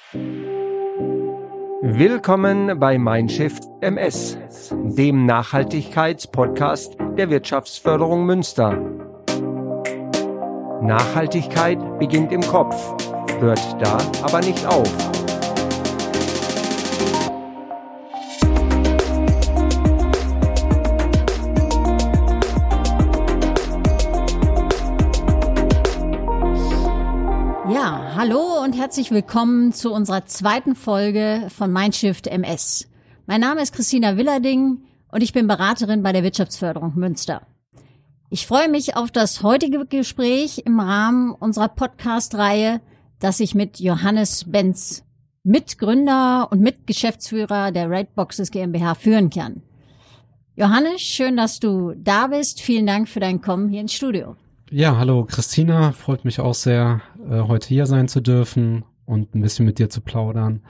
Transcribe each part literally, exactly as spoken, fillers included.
Willkommen bei Mindshift M S, dem Nachhaltigkeitspodcast der Wirtschaftsförderung Münster. Nachhaltigkeit beginnt im Kopf, hört da aber nicht auf. Ja, hallo und herzlich willkommen zu unserer zweiten Folge von Mindshift M S. Mein Name ist Christina Willerding und ich bin Beraterin bei der Wirtschaftsförderung Münster. Ich freue mich auf das heutige Gespräch im Rahmen unserer Podcast-Reihe, das ich mit Johannes Benz, Mitgründer und Mitgeschäftsführer der Rateboxes GmbH, führen kann. Johannes, schön, dass du da bist. Vielen Dank für dein Kommen hier ins Studio. Ja, hallo Christina, freut mich auch sehr, äh, heute hier sein zu dürfen und ein bisschen mit dir zu plaudern.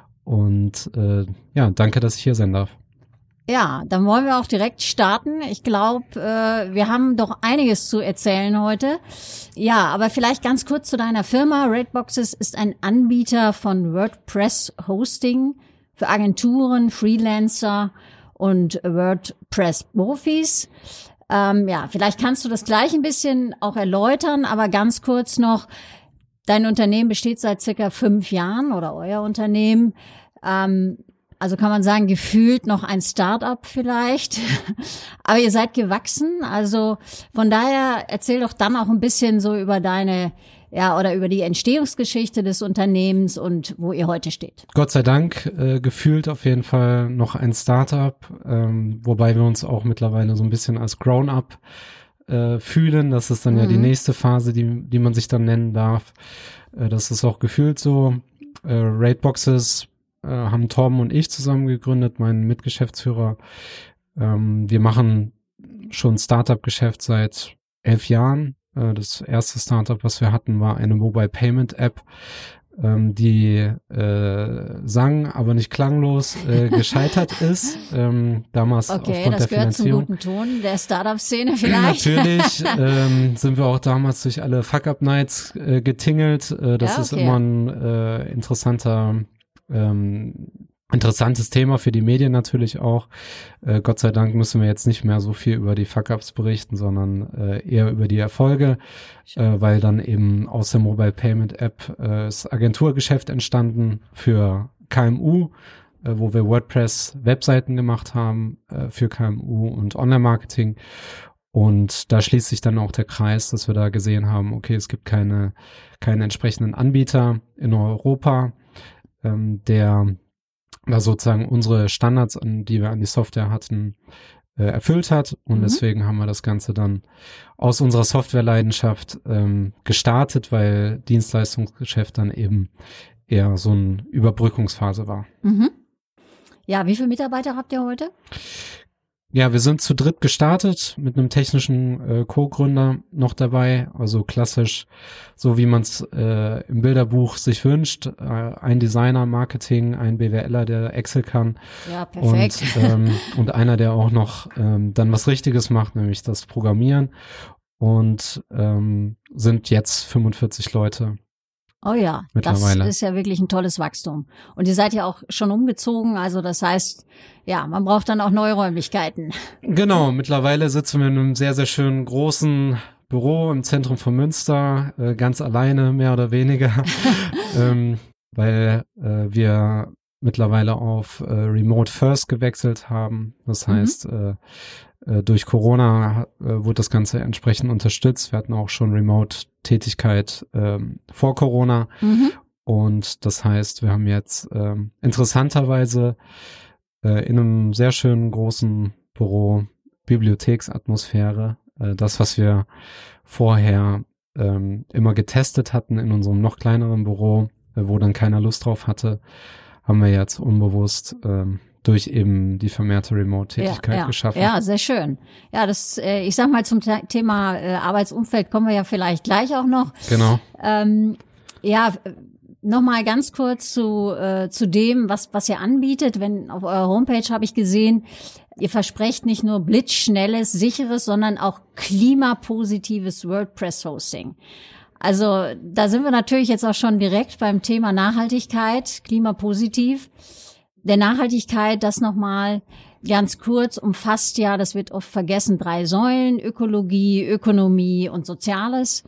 Und äh, ja, danke, dass ich hier sein darf. Ja, dann wollen wir auch direkt starten. Ich glaube, äh, wir haben doch einiges zu erzählen heute. Ja, aber vielleicht ganz kurz zu deiner Firma. Rateboxes ist ein Anbieter von WordPress-Hosting für Agenturen, Freelancer und WordPress-Profis. Ähm, ja, vielleicht kannst du das gleich ein bisschen auch erläutern, aber ganz kurz noch, dein Unternehmen besteht seit circa fünf Jahren oder euer Unternehmen. Ähm, also kann man sagen, gefühlt noch ein Start-up vielleicht, aber ihr seid gewachsen. Also von daher erzähl doch dann auch ein bisschen so über deine, ja, oder über die Entstehungsgeschichte des Unternehmens und wo ihr heute steht. Gott sei Dank, äh, gefühlt auf jeden Fall noch ein Startup, ähm, wobei wir uns auch mittlerweile so ein bisschen als Grown-up äh, fühlen. Das ist dann mhm. ja die nächste Phase, die die man sich dann nennen darf. Äh, das ist auch gefühlt so. Äh, Rateboxes äh, haben Torben und ich zusammen gegründet, mein Mitgeschäftsführer. Ähm, wir machen schon Startup-Geschäft seit elf Jahren. Das erste Startup, was wir hatten, war eine Mobile Payment App, ähm, die äh, sang, aber nicht klanglos äh, gescheitert ist. Ähm, damals okay, aufgrund der Finanzierung. Okay, das gehört zum guten Ton der Startup-Szene vielleicht. Natürlich ähm, sind wir auch damals durch alle Fuck-Up-Nights äh, getingelt. Äh, das ja, okay. ist immer ein äh, interessanter ähm, Interessantes Thema für die Medien natürlich auch. Äh, Gott sei Dank müssen wir jetzt nicht mehr so viel über die Fuck-Ups berichten, sondern äh, eher über die Erfolge, äh, weil dann eben aus der Mobile Payment App äh, das Agenturgeschäft entstanden für K M U, äh, wo wir WordPress-Webseiten gemacht haben äh, für K M U und Online-Marketing. Und da schließt sich dann auch der Kreis, dass wir da gesehen haben, okay, es gibt keine keinen entsprechenden Anbieter in Europa, ähm, der da sozusagen unsere Standards, an die wir an die Software hatten, äh, erfüllt hat. Und mhm. deswegen haben wir das Ganze dann aus unserer Softwareleidenschaft ähm, gestartet, weil Dienstleistungsgeschäft dann eben eher so eine Überbrückungsphase war. Mhm. Ja, wie viele Mitarbeiter habt ihr heute? Ja, wir sind zu dritt gestartet mit einem technischen äh, Co-Gründer noch dabei, also klassisch, so wie man es äh, im Bilderbuch sich wünscht, äh, ein Designer, Marketing, ein BWLer, der Excel kann. Ja, perfekt. Und, ähm, und einer, der auch noch ähm, dann was Richtiges macht, nämlich das Programmieren, und ähm, sind jetzt fünfundvierzig Leute. Oh ja, das ist ja wirklich ein tolles Wachstum. Und ihr seid ja auch schon umgezogen, also das heißt, ja, man braucht dann auch neue Räumlichkeiten. Genau, mittlerweile sitzen wir in einem sehr, sehr schönen großen Büro im Zentrum von Münster, äh, ganz alleine, mehr oder weniger, ähm, weil äh, wir mittlerweile auf äh, Remote First gewechselt haben. Das heißt, mhm. äh, durch Corona äh, wurde das Ganze entsprechend unterstützt. Wir hatten auch schon Remote-Tätigkeit ähm, vor Corona. Mhm. Und das heißt, wir haben jetzt ähm, interessanterweise äh, in einem sehr schönen großen Büro Bibliotheksatmosphäre. Äh, das, was wir vorher ähm, immer getestet hatten in unserem noch kleineren Büro, äh, wo dann keiner Lust drauf hatte, haben wir jetzt unbewusst ähm, durch eben die vermehrte Remote-Tätigkeit ja, ja, geschaffen. Ja, sehr schön. Ja, das, äh, ich sag mal, zum Te- Thema äh, Arbeitsumfeld kommen wir ja vielleicht gleich auch noch. Genau. Ähm, ja, nochmal ganz kurz zu äh, zu dem, was was ihr anbietet. Wenn auf eurer Homepage habe ich gesehen, ihr versprecht nicht nur blitzschnelles, sicheres, sondern auch klimapositives WordPress-Hosting. Also da sind wir natürlich jetzt auch schon direkt beim Thema Nachhaltigkeit, klimapositiv. Der Nachhaltigkeit, das nochmal ganz kurz, umfasst ja, das wird oft vergessen, drei Säulen: Ökologie, Ökonomie und Soziales.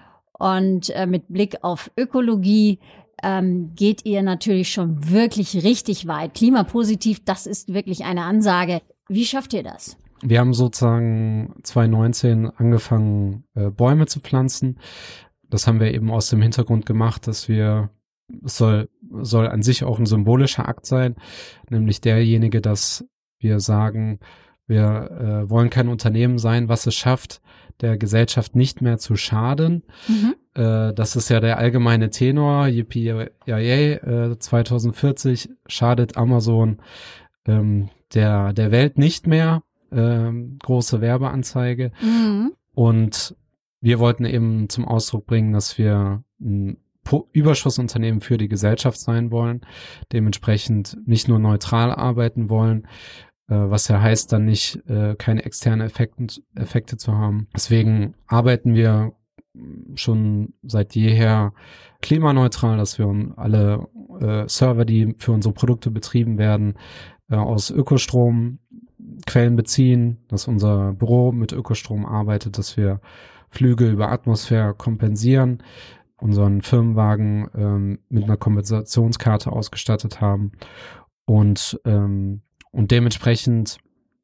Und äh, mit Blick auf Ökologie ähm, geht ihr natürlich schon wirklich richtig weit. Klimapositiv, das ist wirklich eine Ansage. Wie schafft ihr das? Wir haben sozusagen zwanzig neunzehn angefangen, äh, Bäume zu pflanzen. Das haben wir eben aus dem Hintergrund gemacht, dass wir, es soll, soll an sich auch ein symbolischer Akt sein, nämlich derjenige, dass wir sagen, wir äh, wollen kein Unternehmen sein, was es schafft, der Gesellschaft nicht mehr zu schaden. Mhm. Äh, das ist ja der allgemeine Tenor. Yippie, yay, äh, zwanzig vierzig schadet Amazon ähm, der, der Welt nicht mehr. Ähm, große Werbeanzeige. Mhm. Und wir wollten eben zum Ausdruck bringen, dass wir ein Überschussunternehmen für die Gesellschaft sein wollen, dementsprechend nicht nur neutral arbeiten wollen, äh, was ja heißt, dann nicht äh, keine externen Effekten, Effekte zu haben. Deswegen arbeiten wir schon seit jeher klimaneutral, dass wir alle äh, Server, die für unsere Produkte betrieben werden, äh, aus Ökostromquellen beziehen, dass unser Büro mit Ökostrom arbeitet, dass wir Flüge über Atmosphäre kompensieren, unseren Firmenwagen ähm, mit einer Kompensationskarte ausgestattet haben und ähm, und dementsprechend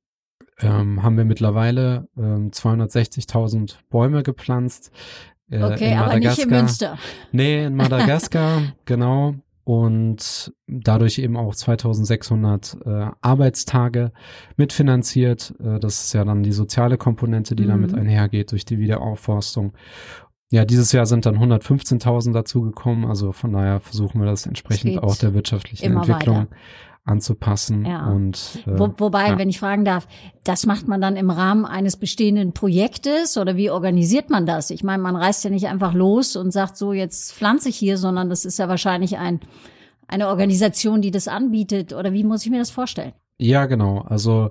ähm, haben wir mittlerweile ähm, zweihundertsechzigtausend Bäume gepflanzt. Äh, okay, in aber nicht in Münster. Nee, in Madagaskar, genau. Und dadurch eben auch zweitausendsechshundert äh, Arbeitstage mitfinanziert. Äh, das ist ja dann die soziale Komponente, die mhm. damit einhergeht durch die Wiederaufforstung. Ja, dieses Jahr sind dann hundertfünfzehntausend dazugekommen. Also von daher versuchen wir das entsprechend das auch der wirtschaftlichen Entwicklung weiter anzupassen. Ja. Und äh, Wo, wobei, ja. wenn ich fragen darf, das macht man dann im Rahmen eines bestehenden Projektes oder wie organisiert man das? Ich meine, man reist ja nicht einfach los und sagt so, jetzt pflanze ich hier, sondern das ist ja wahrscheinlich ein eine Organisation, die das anbietet. Oder wie muss ich mir das vorstellen? Ja, genau. Also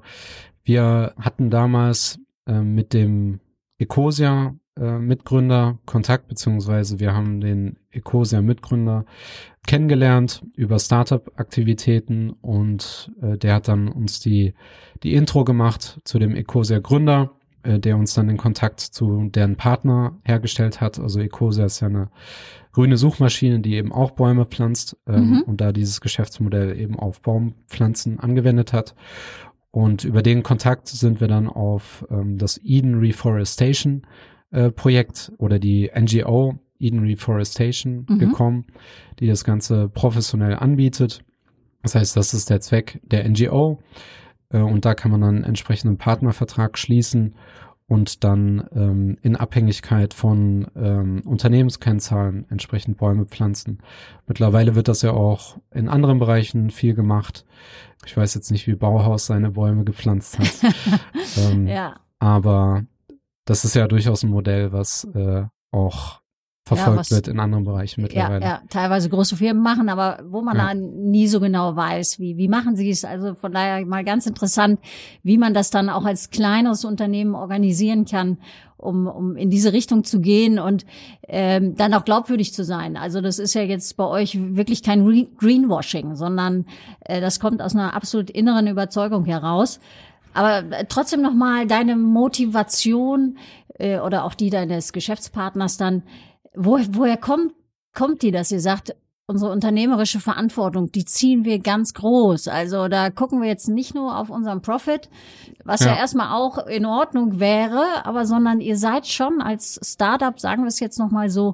wir hatten damals äh, mit dem Ecosia äh, Mitgründer Kontakt, beziehungsweise wir haben den Ecosia Mitgründer kennengelernt über Startup-Aktivitäten und äh, der hat dann uns die die Intro gemacht zu dem Ecosia Gründer, äh, der uns dann den Kontakt zu deren Partner hergestellt hat. Also Ecosia ist ja eine grüne Suchmaschine, die eben auch Bäume pflanzt ähm, mhm. und da dieses Geschäftsmodell eben auf Baumpflanzen angewendet hat. Und über den Kontakt sind wir dann auf ähm, das Eden Reforestation äh, Projekt oder die N G O Eden Reforestation mhm. gekommen, die das Ganze professionell anbietet. Das heißt, das ist der Zweck der N G O äh, und da kann man dann einen entsprechenden Partnervertrag schließen und dann ähm, in Abhängigkeit von ähm, Unternehmenskennzahlen entsprechend Bäume pflanzen. Mittlerweile wird das ja auch in anderen Bereichen viel gemacht. Ich weiß jetzt nicht, wie Bauhaus seine Bäume gepflanzt hat. ähm, ja. Aber das ist ja durchaus ein Modell, was äh, auch verfolgt ja, was, wird in anderen Bereichen mittlerweile. Ja, ja, teilweise große Firmen machen, aber wo man ja. da nie so genau weiß, wie wie machen sie es. Also von daher mal ganz interessant, wie man das dann auch als kleineres Unternehmen organisieren kann, um um in diese Richtung zu gehen und ähm, dann auch glaubwürdig zu sein. Also das ist ja jetzt bei euch wirklich kein Re- Greenwashing, sondern äh, das kommt aus einer absolut inneren Überzeugung heraus. Aber äh, trotzdem nochmal deine Motivation äh, oder auch die deines Geschäftspartners dann, Wo, woher kommt, kommt die, dass ihr sagt, unsere unternehmerische Verantwortung, die ziehen wir ganz groß. Also da gucken wir jetzt nicht nur auf unseren Profit, was ja, ja erstmal auch in Ordnung wäre, aber sondern ihr seid schon als Startup, sagen wir es jetzt nochmal so,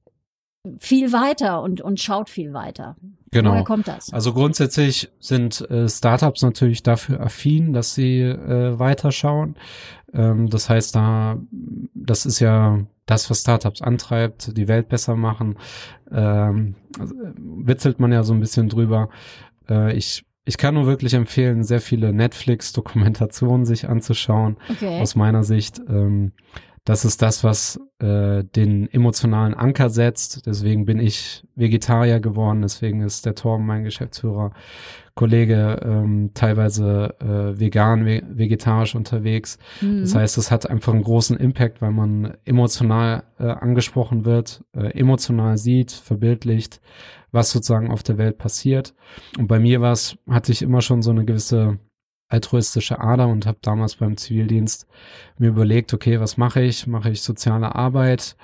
viel weiter und, und schaut viel weiter. Genau. Woher kommt das? Also grundsätzlich sind äh, Startups natürlich dafür affin, dass sie äh, weiterschauen. Ähm, das heißt, da, das ist ja das, was Startups antreibt, die Welt besser machen. Ähm, also, witzelt man ja so ein bisschen drüber. Äh, ich ich kann nur wirklich empfehlen, sehr viele Netflix-Dokumentationen sich anzuschauen. Okay. Aus meiner Sicht. Ähm, das ist das, was äh, den emotionalen Anker setzt. Deswegen bin ich Vegetarier geworden, deswegen ist der Torben, mein Geschäftsführer, Kollege, ähm, teilweise äh, vegan, ve- vegetarisch unterwegs. Mhm. Das heißt, es hat einfach einen großen Impact, weil man emotional äh, angesprochen wird, äh, emotional sieht, verbildlicht, was sozusagen auf der Welt passiert. Und bei mir war es, hatte ich immer schon so eine gewisse altruistische Ader und habe damals beim Zivildienst mir überlegt, okay, was mache ich? Mache ich soziale Arbeit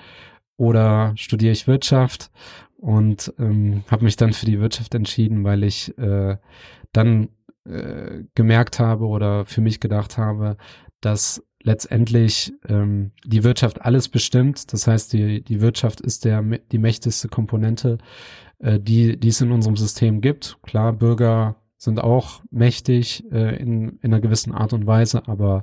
oder studiere ich Wirtschaft? Und ähm, habe mich dann für die Wirtschaft entschieden, weil ich äh, dann äh, gemerkt habe oder für mich gedacht habe, dass letztendlich ähm, die Wirtschaft alles bestimmt. Das heißt, die die Wirtschaft ist der die mächtigste Komponente, äh, die die es in unserem System gibt. Klar, Bürger sind auch mächtig äh, in in einer gewissen Art und Weise, aber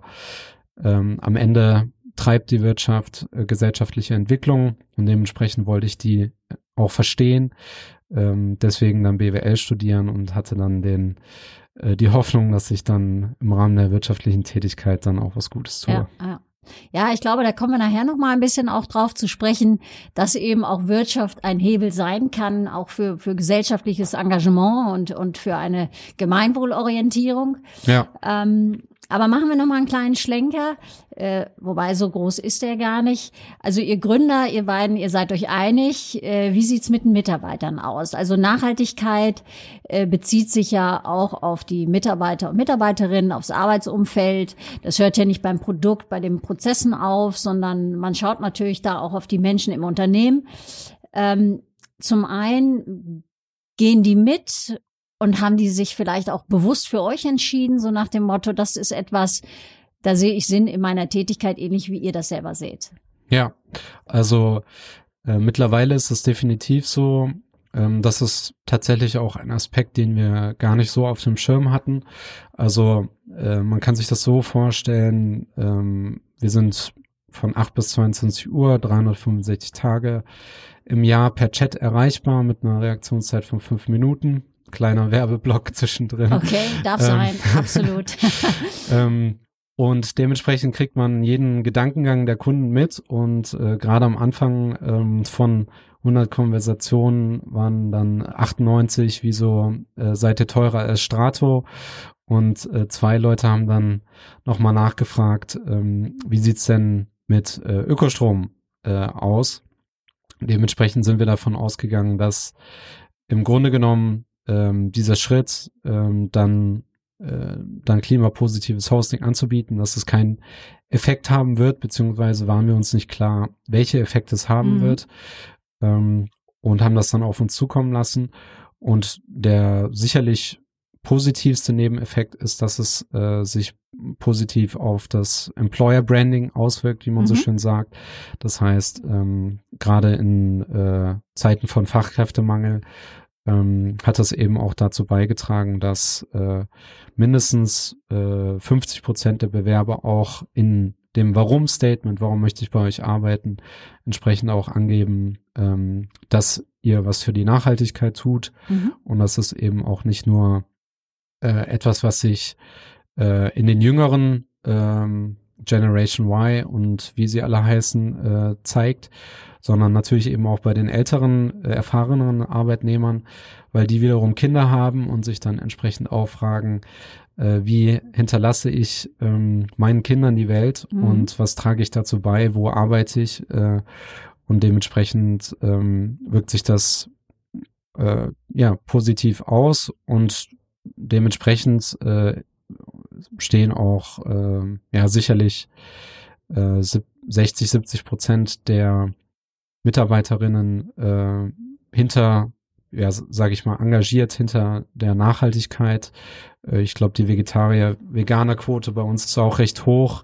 ähm, am Ende treibt die Wirtschaft äh, gesellschaftliche Entwicklung und dementsprechend wollte ich die auch verstehen, ähm, deswegen dann B W L studieren und hatte dann den äh, die Hoffnung, dass ich dann im Rahmen der wirtschaftlichen Tätigkeit dann auch was Gutes tue. Ja, ja. Ja, ich glaube, da kommen wir nachher noch mal ein bisschen auch drauf zu sprechen, dass eben auch Wirtschaft ein Hebel sein kann, auch für für gesellschaftliches Engagement und und für eine Gemeinwohlorientierung. Ja. Ähm, aber machen wir noch mal einen kleinen Schlenker, äh, wobei so groß ist der gar nicht. Also ihr Gründer, ihr beiden, ihr seid euch einig. Äh, wie sieht's mit den Mitarbeitern aus? Also Nachhaltigkeit äh, bezieht sich ja auch auf die Mitarbeiter und Mitarbeiterinnen, aufs Arbeitsumfeld. Das hört ja nicht beim Produkt, bei den Prozessen auf, sondern man schaut natürlich da auch auf die Menschen im Unternehmen. Ähm, zum einen gehen die mit und haben die sich vielleicht auch bewusst für euch entschieden, so nach dem Motto, das ist etwas, da sehe ich Sinn in meiner Tätigkeit, ähnlich wie ihr das selber seht. Ja, also äh, mittlerweile ist es definitiv so, ähm, das ist tatsächlich auch ein Aspekt, den wir gar nicht so auf dem Schirm hatten. Also äh, man kann sich das so vorstellen, ähm, wir sind von acht bis zweiundzwanzig Uhr, dreihundertfünfundsechzig Tage im Jahr per Chat erreichbar mit einer Reaktionszeit von fünf Minuten. Kleiner Werbeblock zwischendrin. Okay, darf sein, ähm, absolut. ähm, und dementsprechend kriegt man jeden Gedankengang der Kunden mit und äh, gerade am Anfang ähm, von hundert Konversationen waren dann achtundneunzig, wieso äh, seid ihr teurer als Strato? Und äh, zwei Leute haben dann nochmal nachgefragt, ähm, wie sieht's denn mit äh, Ökostrom äh, aus? Dementsprechend sind wir davon ausgegangen, dass im Grunde genommen ähm, dieser Schritt, ähm, dann äh, dann klimapositives Hosting anzubieten, dass es keinen Effekt haben wird, beziehungsweise waren wir uns nicht klar, welche Effekte es haben mhm. wird, ähm, und haben das dann auf uns zukommen lassen. Und der sicherlich positivste Nebeneffekt ist, dass es äh, sich positiv auf das Employer Branding auswirkt, wie man mhm. so schön sagt. Das heißt, ähm, gerade in äh, Zeiten von Fachkräftemangel ähm, hat das eben auch dazu beigetragen, dass äh, mindestens äh, fünfzig Prozent der Bewerber auch in dem Warum-Statement, warum möchte ich bei euch arbeiten, entsprechend auch angeben, ähm, dass ihr was für die Nachhaltigkeit tut mhm. und dass es eben auch nicht nur äh, etwas, was sich äh, in den jüngeren ähm, Generation Y und wie sie alle heißen, äh, zeigt, sondern natürlich eben auch bei den älteren, äh, erfahreneren Arbeitnehmern, weil die wiederum Kinder haben und sich dann entsprechend auch fragen, äh, wie hinterlasse ich ähm, meinen Kindern die Welt mhm. und was trage ich dazu bei, wo arbeite ich, äh, und dementsprechend ähm, wirkt sich das äh, ja positiv aus und dementsprechend äh, stehen auch äh, ja sicherlich äh, sechzig, siebzig Prozent der Mitarbeiterinnen äh, hinter, ja, sage ich mal, engagiert hinter der Nachhaltigkeit. Äh, ich glaube, die Vegetarier-Veganer-Quote bei uns ist auch recht hoch,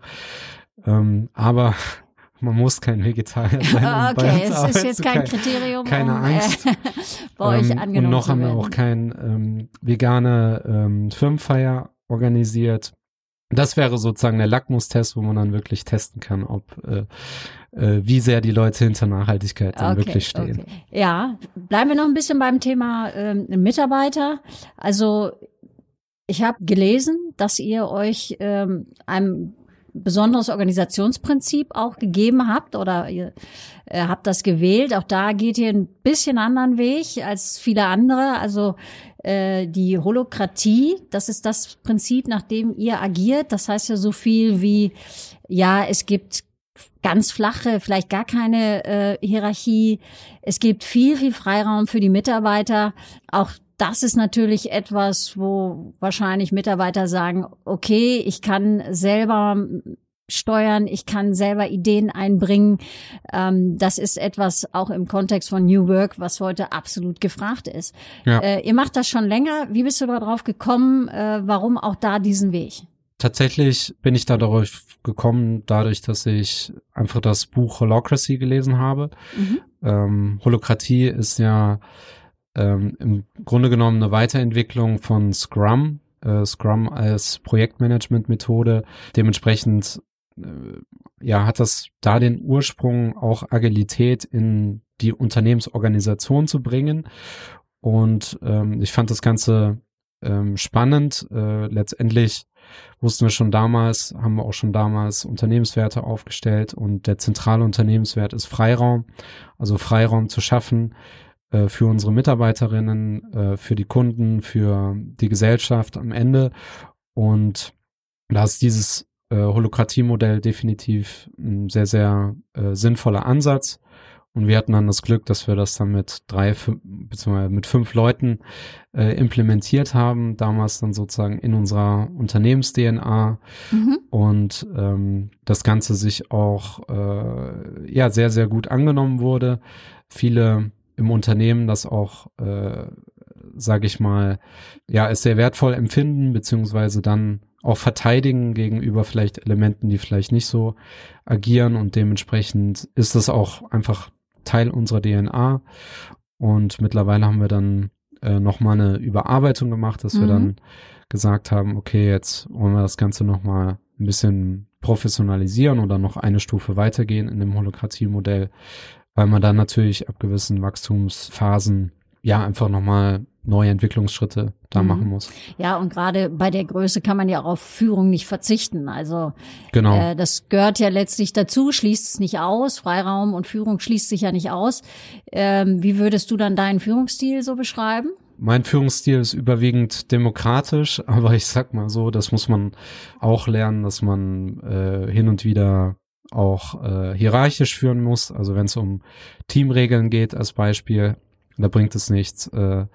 ähm, aber man muss kein Vegetarier sein. Um okay, bei uns es ist jetzt kein, kein Kriterium, keine um Angst. Äh, bei euch ähm, angenommen Und noch zu haben wir werden. auch kein ähm, vegane ähm, Firmenfeier organisiert. Das wäre sozusagen der Lackmustest, wo man dann wirklich testen kann, ob äh, äh, wie sehr die Leute hinter Nachhaltigkeit dann okay, wirklich stehen. Okay. Ja, bleiben wir noch ein bisschen beim Thema ähm, Mitarbeiter. Also ich habe gelesen, dass ihr euch ähm, einem besonderes Organisationsprinzip auch gegeben habt oder ihr äh, habt das gewählt. Auch da geht ihr ein bisschen anderen Weg als viele andere. Also äh, die Holokratie, das ist das Prinzip, nach dem ihr agiert. Das heißt ja so viel wie, ja, es gibt ganz flache, vielleicht gar keine äh, Hierarchie. Es gibt viel, viel Freiraum für die Mitarbeiter. Auch das ist natürlich etwas, wo wahrscheinlich Mitarbeiter sagen, okay, ich kann selber steuern, ich kann selber Ideen einbringen. Ähm, das ist etwas auch im Kontext von New Work, was heute absolut gefragt ist. Ja. Äh, ihr macht das schon länger. Wie bist du darauf gekommen? Äh, warum auch da diesen Weg? Tatsächlich bin ich da darauf gekommen, dadurch, dass ich einfach das Buch Holacracy gelesen habe. Mhm. Ähm, Holokratie ist ja ähm, im Grunde genommen eine Weiterentwicklung von Scrum. Äh, Scrum als Projektmanagement-Methode. Dementsprechend äh, ja, hat das da den Ursprung, auch Agilität in die Unternehmensorganisation zu bringen. Und ähm, ich fand das Ganze ähm, spannend. Äh, letztendlich wussten wir schon damals, haben wir auch schon damals Unternehmenswerte aufgestellt und der zentrale Unternehmenswert ist Freiraum, also Freiraum zu schaffen äh, für unsere Mitarbeiterinnen, äh, für die Kunden, für die Gesellschaft am Ende. Und da ist dieses äh, Holokratie-Modell definitiv ein sehr, sehr äh, sinnvoller Ansatz. Und wir hatten dann das Glück, dass wir das dann mit drei, fünf, beziehungsweise mit fünf Leuten äh, implementiert haben, damals dann sozusagen in unserer Unternehmens-D N A mhm. und ähm, das Ganze sich auch äh, ja sehr, sehr gut angenommen wurde. Viele im Unternehmen das auch, äh, sage ich mal, ja, es sehr wertvoll empfinden, beziehungsweise dann auch verteidigen gegenüber vielleicht Elementen, die vielleicht nicht so agieren, und dementsprechend ist das auch einfach Teil unserer D N A. Und mittlerweile haben wir dann äh, nochmal eine Überarbeitung gemacht, dass mhm. wir dann gesagt haben, okay, jetzt wollen wir das Ganze nochmal ein bisschen professionalisieren oder noch eine Stufe weitergehen in dem Holokratie-Modell, weil man dann natürlich ab gewissen Wachstumsphasen ja einfach nochmal neue Entwicklungsschritte da mhm. machen muss. Ja, und gerade bei der Größe kann man ja auf Führung nicht verzichten. Also genau. äh, das gehört ja letztlich dazu, schließt es nicht aus. Freiraum und Führung schließt sich ja nicht aus. Ähm, wie würdest du dann deinen Führungsstil so beschreiben? Mein Führungsstil ist überwiegend demokratisch, aber ich sag mal so, das muss man auch lernen, dass man äh, hin und wieder auch äh, hierarchisch führen muss. Also wenn es um Teamregeln geht als Beispiel, da bringt es nichts, äh,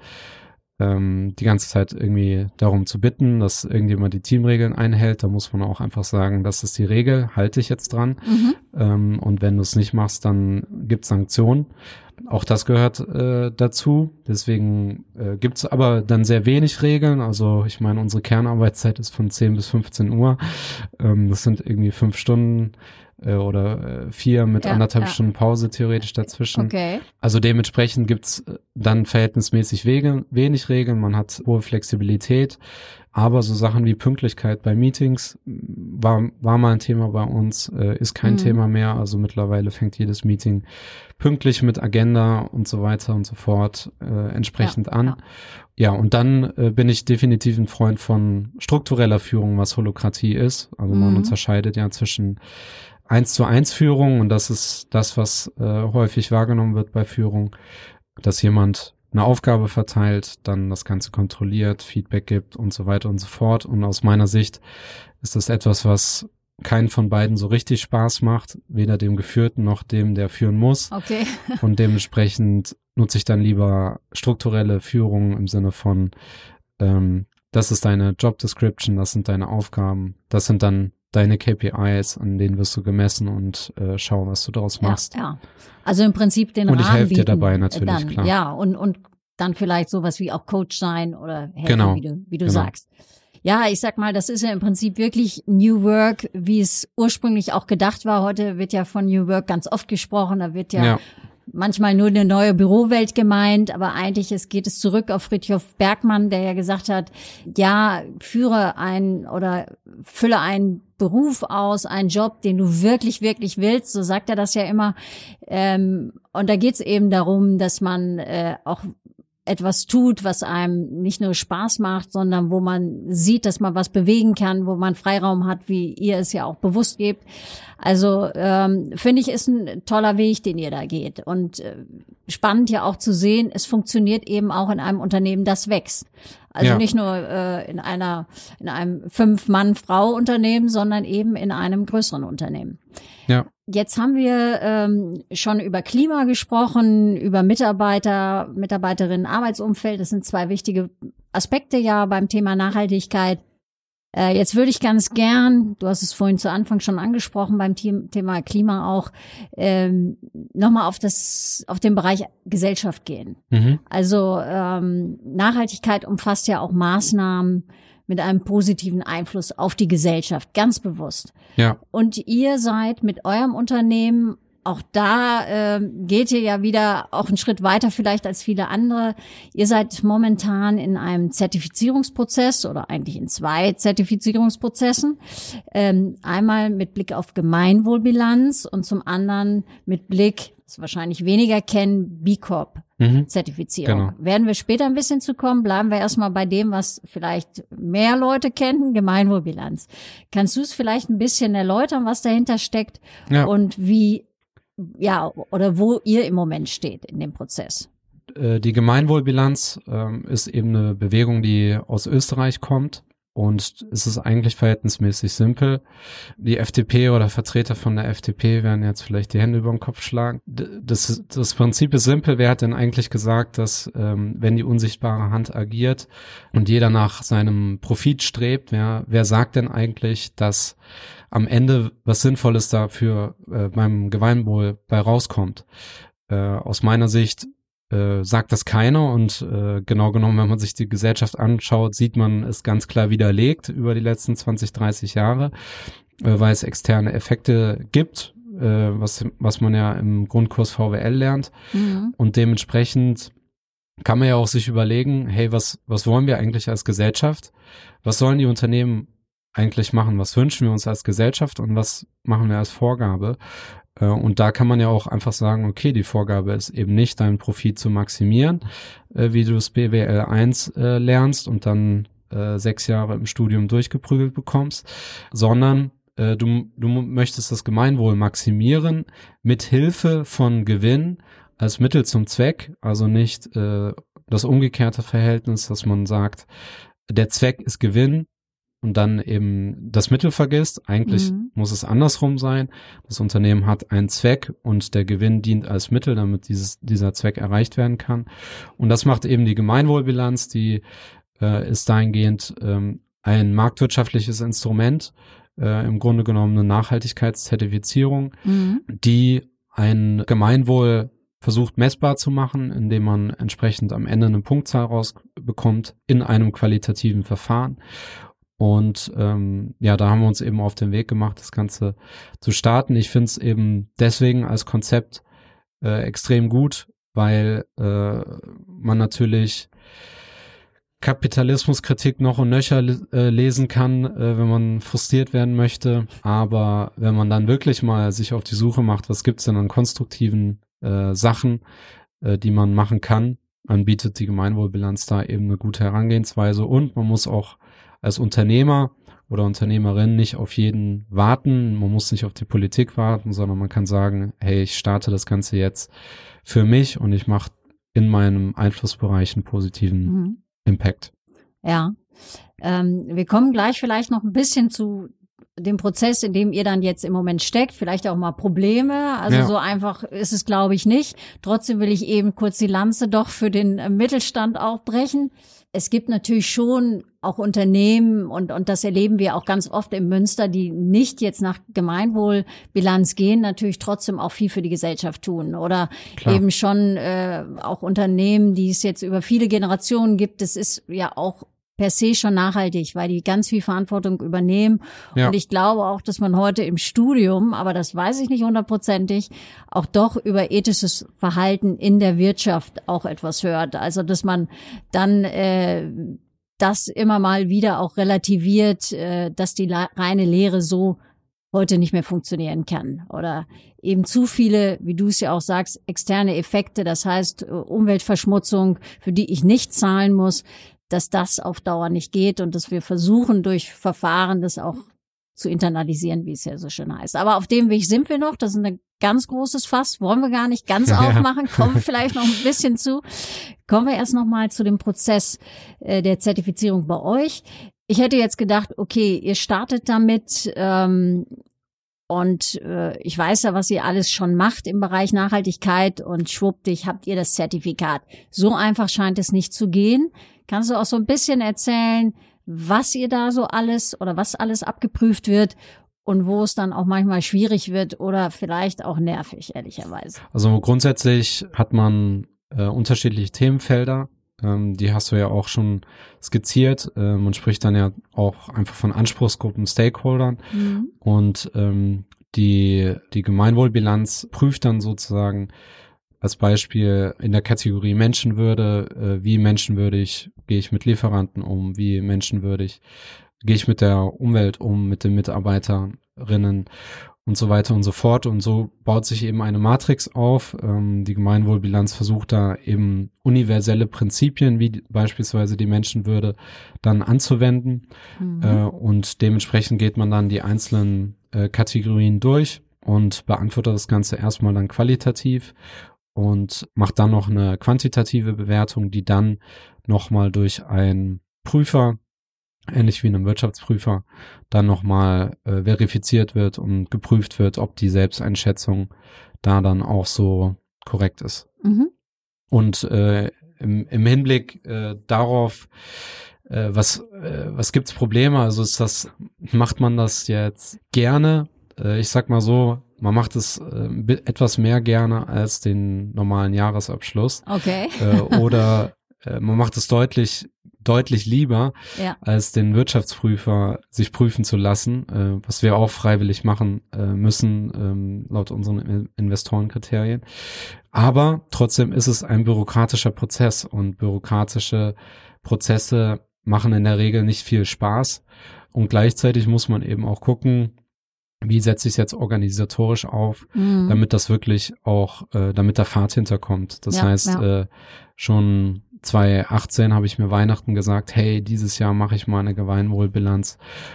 ähm, die ganze Zeit irgendwie darum zu bitten, dass irgendjemand die Teamregeln einhält. Da muss man auch einfach sagen, das ist die Regel, halte ich jetzt dran. Mhm. Ähm, und wenn du es nicht machst, dann gibt es Sanktionen. Auch das gehört äh, dazu. Deswegen äh, gibt es aber dann sehr wenig Regeln. Also ich meine, unsere Kernarbeitszeit ist von zehn bis fünfzehn Uhr. Ähm, das sind irgendwie fünf Stunden oder äh, vier mit ja, anderthalb ja. Stunden Pause theoretisch dazwischen. Okay. Also dementsprechend gibt's dann verhältnismäßig wege, wenig Regeln, man hat hohe Flexibilität, aber so Sachen wie Pünktlichkeit bei Meetings war war mal ein Thema bei uns, äh, ist kein mhm. Thema mehr, also mittlerweile fängt jedes Meeting pünktlich mit Agenda und so weiter und so fort äh, entsprechend ja, an. Ja. Ja, und dann äh, bin ich definitiv ein Freund von struktureller Führung, was Holokratie ist. Also mhm. man unterscheidet ja zwischen eins zu eins Führung, und das ist das, was äh, häufig wahrgenommen wird bei Führung, dass jemand eine Aufgabe verteilt, dann das Ganze kontrolliert, Feedback gibt und so weiter und so fort. Und aus meiner Sicht ist das etwas, was keinen von beiden so richtig Spaß macht, weder dem Geführten noch dem, der führen muss. Okay. Und dementsprechend nutze ich dann lieber strukturelle Führung im Sinne von, ähm, das ist deine Job Description, das sind deine Aufgaben, das sind dann deine K P Is, an denen wirst du gemessen, und äh, schau, was du daraus machst. Ja, ja. Also im Prinzip den und Rahmen ich helfe dir bieten, dabei natürlich, dann, klar. Ja, und und dann vielleicht sowas wie auch Coach sein oder helfen, genau. wie du, wie du genau. sagst. Ja, ich sag mal, das ist ja im Prinzip wirklich New Work, wie es ursprünglich auch gedacht war. Heute wird ja von New Work ganz oft gesprochen, da wird ja, ja. manchmal nur eine neue Bürowelt gemeint, aber eigentlich es geht es zurück auf Fridtjof Bergmann, der ja gesagt hat, ja, führe ein oder fülle einen Beruf aus, einen Job, den du wirklich, wirklich willst, so sagt er das ja immer. Ähm, und da geht es eben darum, dass man äh, auch etwas tut, was einem nicht nur Spaß macht, sondern wo man sieht, dass man was bewegen kann, wo man Freiraum hat, wie ihr es ja auch bewusst gebt. Also ähm, finde ich, ist ein toller Weg, den ihr da geht. Und äh, spannend ja auch zu sehen, es funktioniert eben auch in einem Unternehmen, das wächst. Also ja. nicht nur äh, in einer in einem Fünf-Mann-Frau-Unternehmen, sondern eben in einem größeren Unternehmen. Ja. Jetzt haben wir ähm, schon über Klima gesprochen, über Mitarbeiter, Mitarbeiterinnen, Arbeitsumfeld. Das sind zwei wichtige Aspekte ja beim Thema Nachhaltigkeit. Äh, jetzt würde ich ganz gern, du hast es vorhin zu Anfang schon angesprochen, beim Thema Klima auch, ähm, nochmal auf das, auf den Bereich Gesellschaft gehen. Mhm. Also ähm, Nachhaltigkeit umfasst ja auch Maßnahmen mit einem positiven Einfluss auf die Gesellschaft, ganz bewusst. Ja. Und ihr seid mit eurem Unternehmen, auch da äh, geht ihr ja wieder auch einen Schritt weiter vielleicht als viele andere. Ihr seid momentan in einem Zertifizierungsprozess oder eigentlich in zwei Zertifizierungsprozessen. Ähm, einmal mit Blick auf Gemeinwohlbilanz und zum anderen mit Blick, das wahrscheinlich weniger kennen, B Corp. Mhm. Zertifizierung. Genau. Werden wir später ein bisschen zu kommen, bleiben wir erstmal bei dem, was vielleicht mehr Leute kennen, Gemeinwohlbilanz. Kannst du es vielleicht ein bisschen erläutern, was dahinter steckt ja. und wie, ja, oder wo ihr im Moment steht in dem Prozess? Die Gemeinwohlbilanz ähm, ist eben eine Bewegung, die aus Österreich kommt. Und es ist eigentlich verhältnismäßig simpel. Die F D P oder Vertreter von der F D P werden jetzt vielleicht die Hände über den Kopf schlagen. Das, das Prinzip ist simpel. Wer hat denn eigentlich gesagt, dass ähm, wenn die unsichtbare Hand agiert und jeder nach seinem Profit strebt, wer, wer sagt denn eigentlich, dass am Ende was Sinnvolles dafür äh, beim Gemeinwohl bei rauskommt? Äh, aus meiner Sicht Äh, sagt das keiner und äh, genau genommen, wenn man sich die Gesellschaft anschaut, sieht man es ganz klar widerlegt über die letzten zwanzig, dreißig Jahre, äh, weil es externe Effekte gibt, äh, was was man ja im Grundkurs V W L lernt mhm. und dementsprechend kann man ja auch sich überlegen, hey, was was wollen wir eigentlich als Gesellschaft? Was sollen die Unternehmen eigentlich machen? Was wünschen wir uns als Gesellschaft und was machen wir als Vorgabe? Und da kann man ja auch einfach sagen, okay, die Vorgabe ist eben nicht, deinen Profit zu maximieren, äh, wie du das B W L eins äh, lernst und dann äh, sechs Jahre im Studium durchgeprügelt bekommst, sondern äh, du, du möchtest das Gemeinwohl maximieren mit Hilfe von Gewinn als Mittel zum Zweck, also nicht äh, das umgekehrte Verhältnis, dass man sagt, der Zweck ist Gewinn, und dann eben das Mittel vergisst. Eigentlich mhm. muss es andersrum sein. Das Unternehmen hat einen Zweck und der Gewinn dient als Mittel, damit dieses, dieser Zweck erreicht werden kann. Und das macht eben die Gemeinwohlbilanz, die äh, ist dahingehend ähm, ein marktwirtschaftliches Instrument, äh, im Grunde genommen eine Nachhaltigkeitszertifizierung, mhm. die ein Gemeinwohl versucht messbar zu machen, indem man entsprechend am Ende eine Punktzahl rausbekommt in einem qualitativen Verfahren. Und ähm, ja, da haben wir uns eben auf den Weg gemacht, das Ganze zu starten. Ich finde es eben deswegen als Konzept äh, extrem gut, weil äh, man natürlich Kapitalismuskritik noch und nöcher äh, lesen kann, äh, wenn man frustriert werden möchte. Aber wenn man dann wirklich mal sich auf die Suche macht, was gibt's denn an konstruktiven äh, Sachen, äh, die man machen kann, dann bietet die Gemeinwohlbilanz da eben eine gute Herangehensweise. Und man muss auch als Unternehmer oder Unternehmerin nicht auf jeden warten. Man muss nicht auf die Politik warten, sondern man kann sagen, hey, ich starte das Ganze jetzt für mich und ich mache in meinem Einflussbereich einen positiven mhm. Impact. Ja, ähm, wir kommen gleich vielleicht noch ein bisschen zu dem Prozess, in dem ihr dann jetzt im Moment steckt, vielleicht auch mal Probleme. Also ja. so einfach ist es, glaube ich, nicht. Trotzdem will ich eben kurz die Lanze doch für den äh, Mittelstand aufbrechen. Es gibt natürlich schon auch Unternehmen und und das erleben wir auch ganz oft in Münster, die nicht jetzt nach Gemeinwohlbilanz gehen, natürlich trotzdem auch viel für die Gesellschaft tun oder Klar. eben schon äh, auch Unternehmen, die es jetzt über viele Generationen gibt. Das ist ja auch per se schon nachhaltig, weil die ganz viel Verantwortung übernehmen. Ja. Und ich glaube auch, dass man heute im Studium, aber das weiß ich nicht hundertprozentig, auch doch über ethisches Verhalten in der Wirtschaft auch etwas hört. Also dass man dann äh, das immer mal wieder auch relativiert, äh, dass die reine Lehre so heute nicht mehr funktionieren kann. Oder eben zu viele, wie du es ja auch sagst, externe Effekte, das heißt Umweltverschmutzung, für die ich nicht zahlen muss, dass das auf Dauer nicht geht und dass wir versuchen, durch Verfahren das auch zu internalisieren, wie es ja so schön heißt. Aber auf dem Weg sind wir noch. Das ist ein ganz großes Fass. Wollen wir gar nicht ganz ja. aufmachen. Kommen wir vielleicht noch ein bisschen zu. Kommen wir erst noch mal zu dem Prozess äh, der Zertifizierung bei euch. Ich hätte jetzt gedacht, okay, ihr startet damit ähm, und äh, ich weiß ja, was ihr alles schon macht im Bereich Nachhaltigkeit und schwuppdig habt ihr das Zertifikat. So einfach scheint es nicht zu gehen. Kannst du auch so ein bisschen erzählen, was ihr da so alles oder was alles abgeprüft wird und wo es dann auch manchmal schwierig wird oder vielleicht auch nervig, ehrlicherweise? Also grundsätzlich hat man äh, unterschiedliche Themenfelder. Ähm, die hast du ja auch schon skizziert. Äh, man spricht dann ja auch einfach von Anspruchsgruppen, Stakeholdern. Mhm. Und ähm, die, die Gemeinwohlbilanz prüft dann sozusagen als Beispiel in der Kategorie Menschenwürde, äh, wie menschenwürdig gehe ich mit Lieferanten um, wie menschenwürdig gehe ich mit der Umwelt um, mit den Mitarbeiterinnen und so weiter und so fort. Und so baut sich eben eine Matrix auf. Ähm, die Gemeinwohlbilanz versucht da eben universelle Prinzipien, wie die, beispielsweise die Menschenwürde, dann anzuwenden. Mhm. Äh, und dementsprechend geht man dann die einzelnen äh, Kategorien durch und beantwortet das Ganze erstmal dann qualitativ und macht dann noch eine quantitative Bewertung, die dann nochmal durch einen Prüfer, ähnlich wie einem Wirtschaftsprüfer, dann nochmal äh, verifiziert wird und geprüft wird, ob die Selbsteinschätzung da dann auch so korrekt ist. Mhm. Und äh, im, im Hinblick äh, darauf, äh, was äh, was gibt's Probleme? Also ist das, macht man das jetzt gerne? Äh, ich sag mal so, man macht es äh, etwas mehr gerne als den normalen Jahresabschluss. Okay. äh, oder äh, man macht es deutlich deutlich lieber, ja. als den Wirtschaftsprüfer sich prüfen zu lassen, äh, was wir auch freiwillig machen äh, müssen, ähm, laut unseren Investorenkriterien. Aber trotzdem ist es ein bürokratischer Prozess und bürokratische Prozesse machen in der Regel nicht viel Spaß und gleichzeitig muss man eben auch gucken, wie setze ich es jetzt organisatorisch auf, mhm. damit das wirklich auch, äh, damit der Pfad hinterkommt. Das ja, heißt, ja. Äh, schon zwanzig achtzehn habe ich mir Weihnachten gesagt, hey, dieses Jahr mache ich mal eine Gemeinwohlbilanz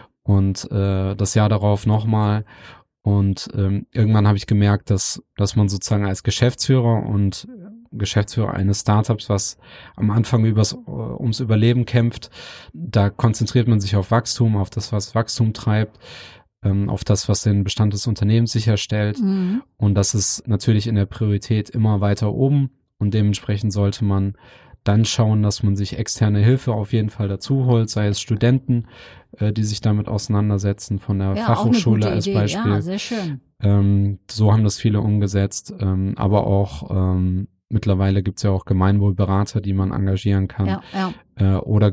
und äh, das Jahr darauf nochmal. Und ähm, irgendwann habe ich gemerkt, dass dass man sozusagen als Geschäftsführer und Geschäftsführer eines Startups, was am Anfang übers, ums Überleben kämpft, da konzentriert man sich auf Wachstum, auf das, was Wachstum treibt, ähm, auf das, was den Bestand des Unternehmens sicherstellt. Mhm. Und das ist natürlich in der Priorität immer weiter oben und dementsprechend sollte man dann schauen, dass man sich externe Hilfe auf jeden Fall dazu holt, sei es Studenten, äh, die sich damit auseinandersetzen, von der ja, Fachhochschule als Idee. Beispiel. Ja, sehr schön. Ähm, so haben das viele umgesetzt, ähm, aber auch ähm, mittlerweile gibt's ja auch Gemeinwohlberater, die man engagieren kann, ja, ja. Äh, oder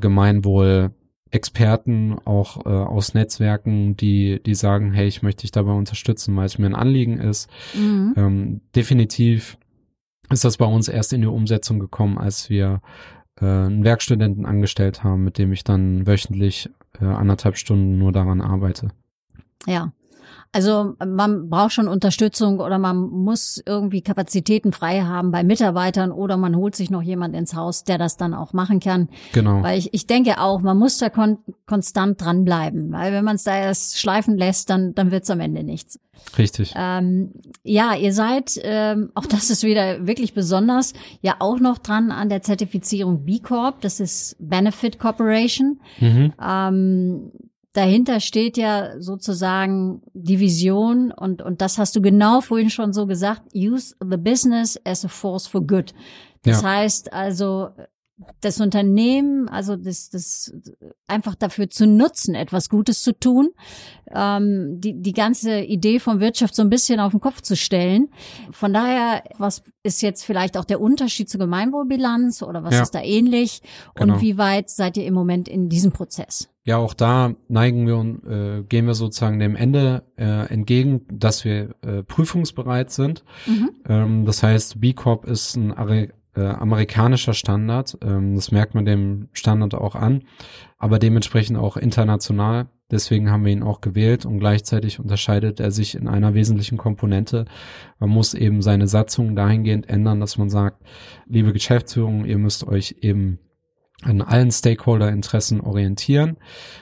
Gemeinwohlexperten auch äh, aus Netzwerken, die die sagen, hey, ich möchte dich dabei unterstützen, weil es mir ein Anliegen ist. Mhm. Ähm, definitiv ist das bei uns erst in die Umsetzung gekommen, als wir äh, einen Werkstudenten angestellt haben, mit dem ich dann wöchentlich äh, anderthalb Stunden nur daran arbeite. Ja, also man braucht schon Unterstützung oder man muss irgendwie Kapazitäten frei haben bei Mitarbeitern oder man holt sich noch jemand ins Haus, der das dann auch machen kann. Genau. Weil ich, ich denke auch, man muss da kon- konstant dranbleiben, weil wenn man es da erst schleifen lässt, dann dann wird's am Ende nichts. Richtig. Ähm, ja, ihr seid, ähm, auch das ist wieder wirklich besonders, ja auch noch dran an der Zertifizierung B Corp, das ist Benefit Corporation. Mhm. Ähm, dahinter steht ja sozusagen die Vision und und das hast du genau vorhin schon so gesagt, use the business as a force for good. Das ja. heißt also, das Unternehmen, also das, das einfach dafür zu nutzen, etwas Gutes zu tun, ähm, die, die ganze Idee von Wirtschaft so ein bisschen auf den Kopf zu stellen. Von daher, was ist jetzt vielleicht auch der Unterschied zur Gemeinwohlbilanz oder was ja. ist da ähnlich? Genau. Und wie weit seid ihr im Moment in diesem Prozess? Ja, auch da neigen wir und äh, gehen wir sozusagen dem Ende äh, entgegen, dass wir äh, prüfungsbereit sind. Mhm. Ähm, das heißt, B Corp ist ein Are- Äh, amerikanischer Standard, ähm, das merkt man dem Standard auch an, aber dementsprechend auch international. Deswegen haben wir ihn auch gewählt und gleichzeitig unterscheidet er sich in einer wesentlichen Komponente. Man muss eben seine Satzung dahingehend ändern, dass man sagt, liebe Geschäftsführung, ihr müsst euch eben an allen Stakeholder-Interessen orientieren.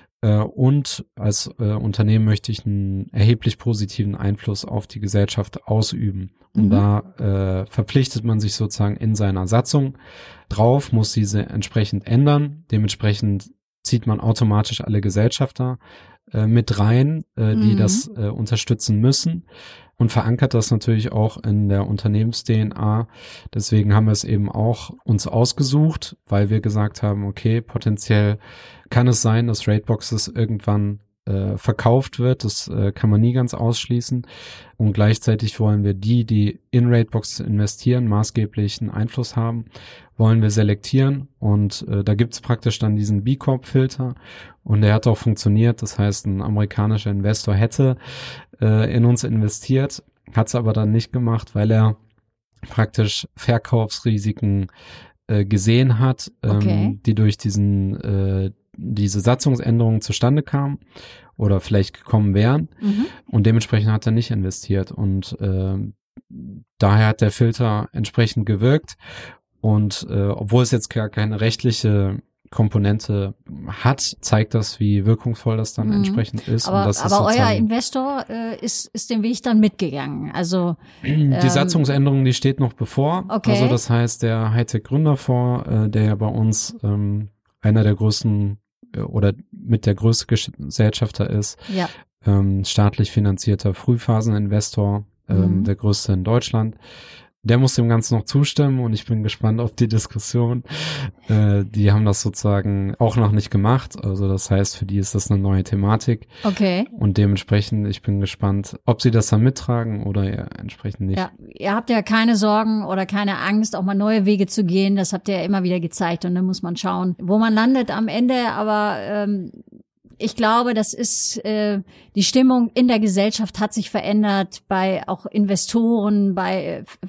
Und als äh, Unternehmen möchte ich einen erheblich positiven Einfluss auf die Gesellschaft ausüben. Und mhm. da äh, verpflichtet man sich sozusagen in seiner Satzung drauf, muss diese entsprechend ändern. Dementsprechend zieht man automatisch alle Gesellschafter äh, mit rein, äh, die mhm. das äh, unterstützen müssen. Und verankert das natürlich auch in der Unternehmens-D N A. Deswegen haben wir es eben auch uns ausgesucht, weil wir gesagt haben, okay, potenziell kann es sein, dass Rateboxes irgendwann äh, verkauft wird. Das äh, kann man nie ganz ausschließen. Und gleichzeitig wollen wir die, die in Rateboxes investieren, maßgeblichen Einfluss haben, wollen wir selektieren. Und äh, da gibt's praktisch dann diesen B Corp-Filter. Und der hat auch funktioniert. Das heißt, ein amerikanischer Investor hätte äh, in uns investiert, hat es aber dann nicht gemacht, weil er praktisch Verkaufsrisiken äh, gesehen hat, ähm, okay. die durch diesen äh, diese Satzungsänderungen zustande kamen oder vielleicht gekommen wären. Mhm. Und dementsprechend hat er nicht investiert. Und äh, daher hat der Filter entsprechend gewirkt. Und äh, obwohl es jetzt gar keine rechtliche Komponente hat, zeigt das, wie wirkungsvoll das dann mhm. entsprechend ist. Aber, und das aber ist euer Investor äh, ist, ist den Weg dann mitgegangen. Also die ähm, Satzungsänderung, die steht noch bevor. Okay. Also das heißt, der Hightech Gründerfonds, äh, der ja bei uns ähm, einer der größten äh, oder mit der größte Gesellschafter ist, ja. ähm, staatlich finanzierter Frühphaseninvestor, ähm, mhm. der größte in Deutschland. Der muss dem Ganzen noch zustimmen und ich bin gespannt auf die Diskussion. Äh, die haben das sozusagen auch noch nicht gemacht. Also das heißt, für die ist das eine neue Thematik. Okay. Und dementsprechend, ich bin gespannt, ob sie das dann mittragen oder ja, entsprechend nicht. Ja, ihr habt ja keine Sorgen oder keine Angst, auch mal neue Wege zu gehen. Das habt ihr ja immer wieder gezeigt und dann muss man schauen, wo man landet am Ende. Aber ähm, ich glaube, das ist äh, die Stimmung in der Gesellschaft hat sich verändert, bei auch Investoren, bei äh,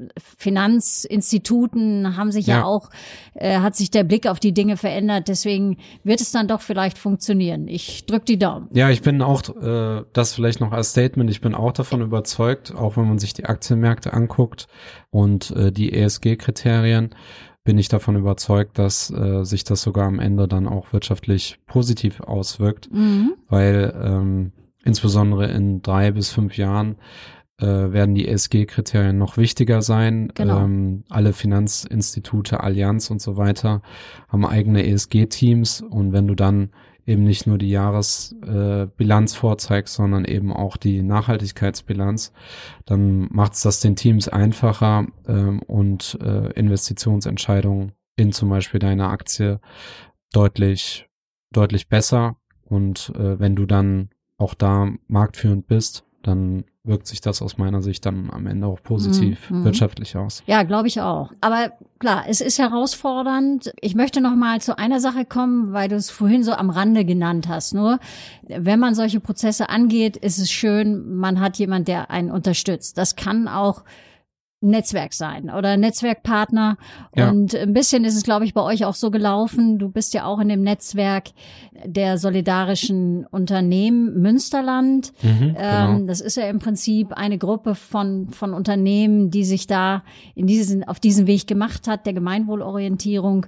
Finanzinstituten haben sich ja, ja auch, äh, hat sich der Blick auf die Dinge verändert. Deswegen wird es dann doch vielleicht funktionieren. Ich drück die Daumen. Ja, ich bin auch, äh, das vielleicht noch als Statement, ich bin auch davon überzeugt, auch wenn man sich die Aktienmärkte anguckt und äh, die E S G-Kriterien, bin ich davon überzeugt, dass äh, sich das sogar am Ende dann auch wirtschaftlich positiv auswirkt, mhm. weil ähm, insbesondere in drei bis fünf Jahren äh, werden die E S G-Kriterien noch wichtiger sein. Genau. Ähm, alle Finanzinstitute, Allianz und so weiter haben eigene E S G-Teams und wenn du dann eben nicht nur die Jahresbilanz äh, vorzeigst, sondern eben auch die Nachhaltigkeitsbilanz, dann macht es das den Teams einfacher ähm, und äh, Investitionsentscheidungen in zum Beispiel deine Aktie deutlich, deutlich besser. Und äh, wenn du dann auch da marktführend bist, dann wirkt sich das aus meiner Sicht dann am Ende auch positiv mhm. wirtschaftlich aus. Ja, glaube ich auch. Aber klar, es ist herausfordernd. Ich möchte noch mal zu einer Sache kommen, weil du es vorhin so am Rande genannt hast. Nur, wenn man solche Prozesse angeht, ist es schön, man hat jemand, der einen unterstützt. Das kann auch Netzwerk sein oder Netzwerkpartner. Ja. Und ein bisschen ist es, glaube ich, bei euch auch so gelaufen. Du bist ja auch in dem Netzwerk der solidarischen Unternehmen Münsterland. Mhm, ähm, genau. Das ist ja im Prinzip eine Gruppe von von Unternehmen, die sich da in diesen auf diesen Weg gemacht hat, der Gemeinwohlorientierung.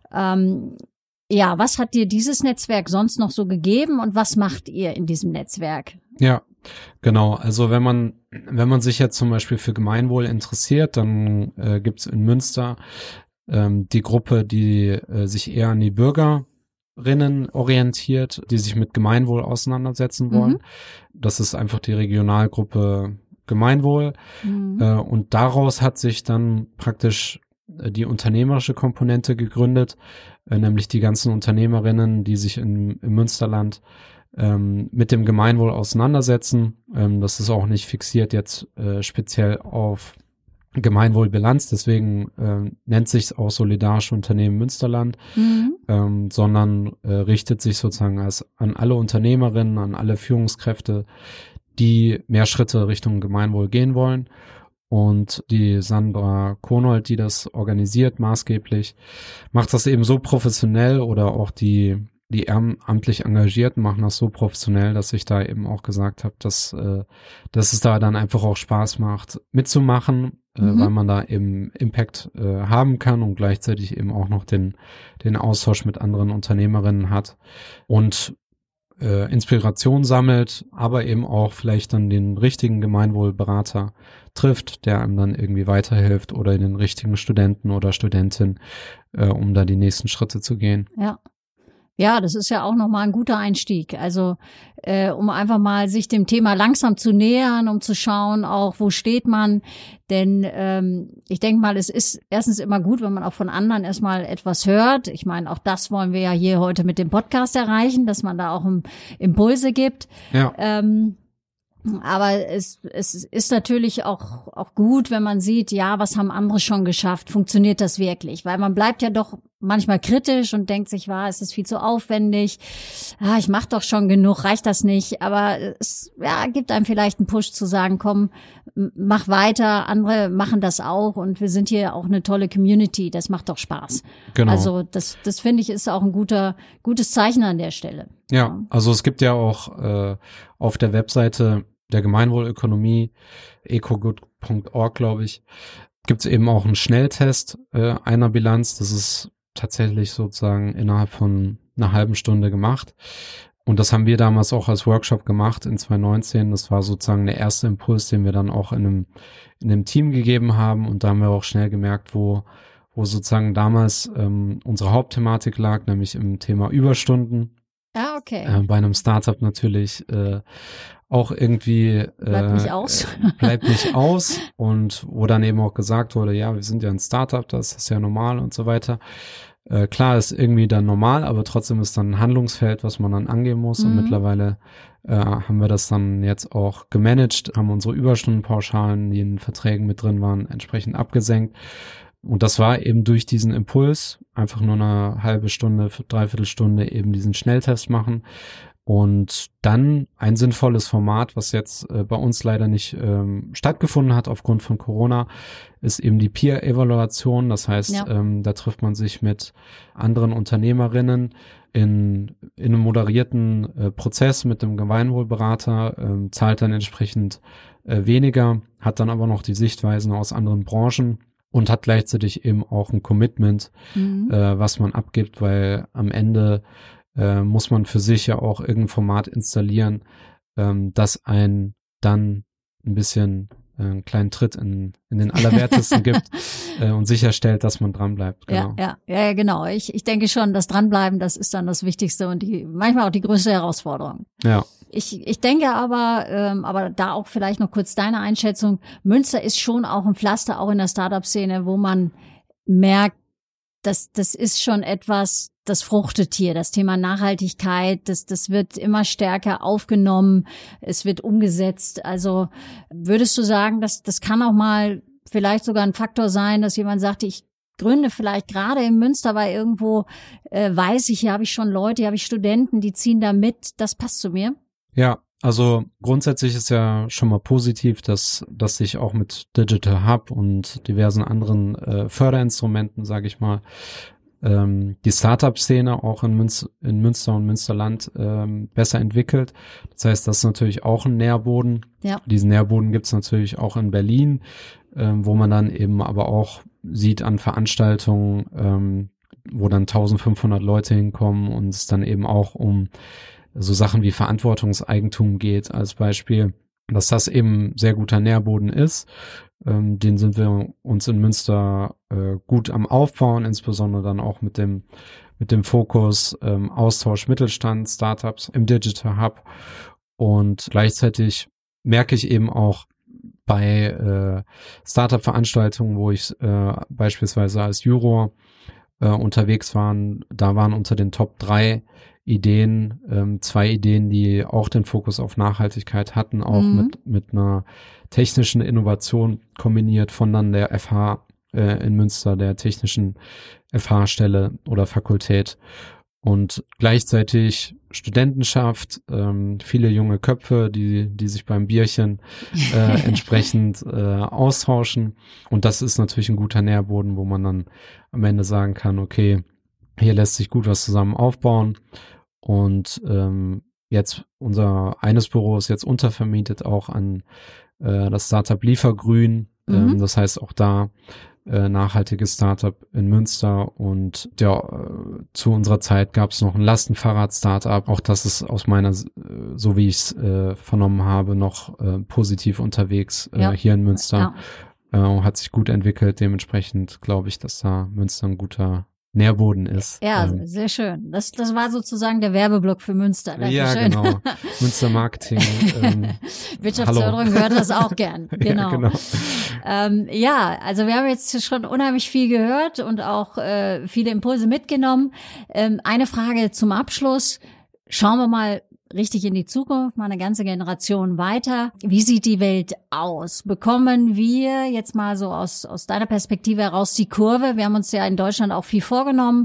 Ähm, ja, was hat dir dieses Netzwerk sonst noch so gegeben und was macht ihr in diesem Netzwerk? Ja, genau. Also wenn man wenn man sich jetzt zum Beispiel für Gemeinwohl interessiert, dann äh, gibt's in Münster ähm, die Gruppe, die äh, sich eher an die Bürgerinnen orientiert, die sich mit Gemeinwohl auseinandersetzen wollen. Mhm. Das ist einfach die Regionalgruppe Gemeinwohl. Mhm. Äh, und daraus hat sich dann praktisch äh, die unternehmerische Komponente gegründet, äh, nämlich die ganzen Unternehmerinnen, die sich in, im Münsterland Ähm, mit dem Gemeinwohl auseinandersetzen. Ähm, das ist auch nicht fixiert jetzt äh, speziell auf Gemeinwohlbilanz, deswegen äh, nennt sich es auch Solidarische Unternehmen Münsterland, mhm. ähm, sondern äh, richtet sich sozusagen als, an alle Unternehmerinnen, an alle Führungskräfte, die mehr Schritte Richtung Gemeinwohl gehen wollen. Und die Sandra Konold, die das organisiert maßgeblich, macht das eben so professionell oder auch die die ehrenamtlich Engagierten machen das so professionell, dass ich da eben auch gesagt habe, dass, äh, dass es da dann einfach auch Spaß macht, mitzumachen, äh, mhm. weil man da eben Impact äh, haben kann und gleichzeitig eben auch noch den, den Austausch mit anderen Unternehmerinnen hat und äh, Inspiration sammelt, aber eben auch vielleicht dann den richtigen Gemeinwohlberater trifft, der einem dann irgendwie weiterhilft oder den richtigen Studenten oder Studentin, äh, um da die nächsten Schritte zu gehen. Ja. Ja, das ist ja auch nochmal ein guter Einstieg. Also äh, um einfach mal sich dem Thema langsam zu nähern, um zu schauen, auch wo steht man. Denn ähm, ich denke mal, es ist erstens immer gut, wenn man auch von anderen erstmal etwas hört. Ich meine, auch das wollen wir ja hier heute mit dem Podcast erreichen, dass man da auch um, Impulse gibt. Ja. Ähm, Aber es, es ist natürlich auch, auch gut, wenn man sieht, ja, was haben andere schon geschafft? Funktioniert das wirklich? Weil man bleibt ja doch manchmal kritisch und denkt sich, war, es ist viel zu aufwendig. Ah, ich mache doch schon genug, reicht das nicht? Aber es ja, gibt einem vielleicht einen Push zu sagen, komm, mach weiter. Andere machen das auch und wir sind hier auch eine tolle Community. Das macht doch Spaß. Genau. Also das, das finde ich ist auch ein guter, gutes Zeichen an der Stelle. Ja, also es gibt ja auch äh, auf der Webseite der Gemeinwohlökonomie, ecogood punkt org, glaube ich, gibt es eben auch einen Schnelltest äh, einer Bilanz. Das ist tatsächlich sozusagen innerhalb von einer halben Stunde gemacht. Und das haben wir damals auch als Workshop gemacht in zwanzig neunzehn. Das war sozusagen der erste Impuls, den wir dann auch in einem, in einem Team gegeben haben. Und da haben wir auch schnell gemerkt, wo, wo sozusagen damals ähm, unsere Hauptthematik lag, nämlich im Thema Überstunden. Ah, okay. Äh, bei einem Startup natürlich äh, auch irgendwie äh, bleibt nicht aus. äh, bleibt nicht aus und wo dann eben auch gesagt wurde, ja, wir sind ja ein Startup, das ist ja normal und so weiter. Äh, klar ist irgendwie dann normal, aber trotzdem ist dann ein Handlungsfeld, was man dann angehen muss mhm. und mittlerweile äh, haben wir das dann jetzt auch gemanagt, haben unsere Überstundenpauschalen, die in den Verträgen mit drin waren, entsprechend abgesenkt. Und das war eben durch diesen Impuls, einfach nur eine halbe Stunde, dreiviertel Stunde eben diesen Schnelltest machen. Und dann ein sinnvolles Format, was jetzt äh, bei uns leider nicht ähm, stattgefunden hat aufgrund von Corona, ist eben die Peer-Evaluation. Das heißt, ja. ähm, da trifft man sich mit anderen Unternehmerinnen in, in einem moderierten äh, Prozess mit dem Gemeinwohlberater, äh, zahlt dann entsprechend äh, weniger, hat dann aber noch die Sichtweisen aus anderen Branchen und hat gleichzeitig eben auch ein Commitment, mhm. äh, was man abgibt, weil am Ende äh, muss man für sich ja auch irgendein Format installieren, ähm, das einen dann ein bisschen äh, einen kleinen Tritt in, in den Allerwertesten gibt äh, und sicherstellt, dass man dranbleibt. Genau. Ja, ja, ja, genau. Ich, ich denke schon, das Dranbleiben, das ist dann das Wichtigste und die manchmal auch die größte Herausforderung. Ja. Ich, ich denke aber, ähm, aber da auch vielleicht noch kurz deine Einschätzung. Münster ist schon auch ein Pflaster, auch in der Startup-Szene, wo man merkt, dass das ist schon etwas, das fruchtet hier. Das Thema Nachhaltigkeit, das, das wird immer stärker aufgenommen. Es wird umgesetzt. Also würdest du sagen, dass das kann auch mal vielleicht sogar ein Faktor sein, dass jemand sagt, ich gründe vielleicht gerade in Münster, weil irgendwo äh, weiß ich, hier habe ich schon Leute, hier habe ich Studenten, die ziehen da mit. Das passt zu mir. Ja, also grundsätzlich ist ja schon mal positiv, dass dass sich auch mit Digital Hub und diversen anderen äh, Förderinstrumenten, sage ich mal, ähm, die Startup-Szene auch in, Münz, in Münster und Münsterland ähm, besser entwickelt. Das heißt, das ist natürlich auch ein Nährboden. Ja. Diesen Nährboden gibt's natürlich auch in Berlin, ähm, wo man dann eben aber auch sieht an Veranstaltungen, ähm, wo dann eintausendfünfhundert Leute hinkommen und es dann eben auch um so Sachen wie Verantwortungseigentum geht als Beispiel, dass das eben sehr guter Nährboden ist. Ähm, den sind wir uns in Münster äh, gut am Aufbauen, insbesondere dann auch mit dem mit dem Fokus ähm, Austausch Mittelstand, Startups im Digital Hub. Und gleichzeitig merke ich eben auch bei äh, Startup-Veranstaltungen, wo ich äh, beispielsweise als Juror äh, unterwegs war, da waren unter den Top drei Ideen, ähm, zwei Ideen, die auch den Fokus auf Nachhaltigkeit hatten, auch mhm. mit mit einer technischen Innovation kombiniert von dann der F H äh, in Münster, der technischen F H-Stelle oder Fakultät und gleichzeitig Studentenschaft, ähm, viele junge Köpfe, die die sich beim Bierchen äh, entsprechend äh, austauschen und das ist natürlich ein guter Nährboden, wo man dann am Ende sagen kann, okay, hier lässt sich gut was zusammen aufbauen Und ähm, jetzt unser eines Büro ist jetzt untervermietet auch an äh, das Startup Liefergrün. Mhm. Ähm, das heißt auch da äh, nachhaltiges Startup in Münster. Und ja, äh, zu unserer Zeit gab es noch ein Lastenfahrrad-Startup. Auch das ist aus meiner, äh, so wie ich es äh, vernommen habe, noch äh, positiv unterwegs äh, ja. hier in Münster. Ja. Äh, hat sich gut entwickelt. Dementsprechend glaube ich, dass da Münster ein guter Nährboden ist. Ja, ähm, sehr schön. Das, das war sozusagen der Werbeblock für Münster. Dankeschön. Ja, genau. Münster Marketing. Ähm, Wirtschaftsförderung hört das auch gern. Genau. Ja, genau. Ähm, ja, also wir haben jetzt schon unheimlich viel gehört und auch äh, viele Impulse mitgenommen. Ähm, eine Frage zum Abschluss. Schauen wir mal richtig in die Zukunft, mal eine ganze Generation weiter. Wie sieht die Welt aus? Bekommen wir jetzt mal so aus aus deiner Perspektive heraus die Kurve? Wir haben uns ja in Deutschland auch viel vorgenommen,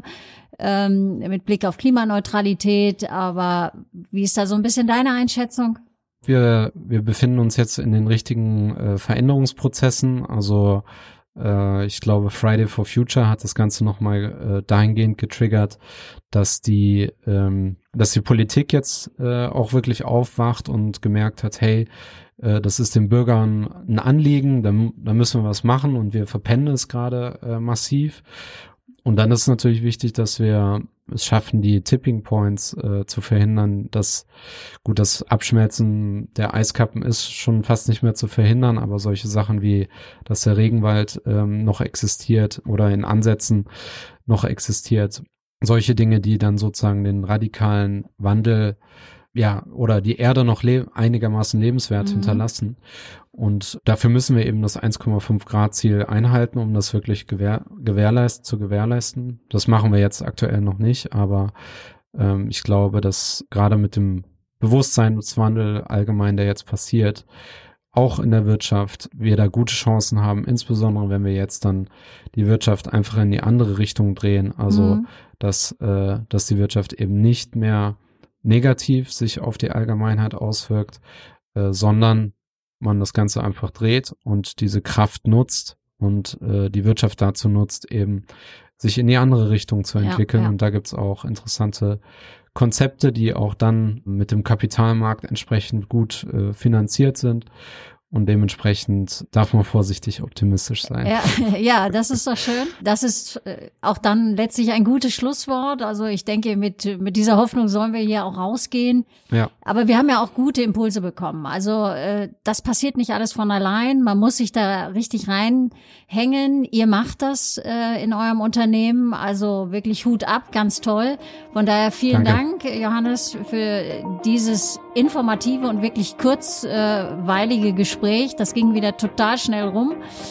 ähm, mit Blick auf Klimaneutralität. Aber wie ist da so ein bisschen deine Einschätzung? Wir wir befinden uns jetzt in den richtigen äh, Veränderungsprozessen. Also äh, ich glaube, Friday for Future hat das Ganze nochmal äh, dahingehend getriggert, dass die ähm, dass die Politik jetzt äh, auch wirklich aufwacht und gemerkt hat, hey, äh, das ist den Bürgern ein Anliegen, da, da müssen wir was machen und wir verpennen es gerade äh, massiv. Und dann ist natürlich wichtig, dass wir es schaffen, die Tipping Points äh, zu verhindern, dass, gut, das Abschmelzen der Eiskappen ist schon fast nicht mehr zu verhindern, aber solche Sachen wie, dass der Regenwald ähm, noch existiert oder in Ansätzen noch existiert, solche Dinge, die dann sozusagen den radikalen Wandel, ja, oder die Erde noch le- einigermaßen lebenswert mhm. hinterlassen. Und dafür müssen wir eben das eins Komma fünf Grad Ziel einhalten, um das wirklich gewähr- gewährleisten, zu gewährleisten. Das machen wir jetzt aktuell noch nicht, aber ähm, ich glaube, dass gerade mit dem Bewusstseinswandel allgemein, der jetzt passiert, auch in der Wirtschaft, wir da gute Chancen haben, insbesondere wenn wir jetzt dann die Wirtschaft einfach in die andere Richtung drehen, also mhm. dass, äh, dass die Wirtschaft eben nicht mehr negativ sich auf die Allgemeinheit auswirkt, äh, sondern man das Ganze einfach dreht und diese Kraft nutzt und äh, die Wirtschaft dazu nutzt, eben sich in die andere Richtung zu entwickeln. Ja, ja. Und da gibt's auch interessante Konzepte, die auch dann mit dem Kapitalmarkt entsprechend gut äh, finanziert sind. Und dementsprechend darf man vorsichtig optimistisch sein. Ja, ja, das ist doch schön. Das ist äh, auch dann letztlich ein gutes Schlusswort. Also ich denke, mit mit dieser Hoffnung sollen wir hier auch rausgehen. Ja. Aber wir haben ja auch gute Impulse bekommen. Also äh, das passiert nicht alles von allein. Man muss sich da richtig reinhängen. Ihr macht das äh, in eurem Unternehmen. Also wirklich Hut ab, ganz toll. Von daher vielen Danke. Dank, Johannes, für dieses informative und wirklich kurzweilige Gespräch. Das ging wieder total schnell rum.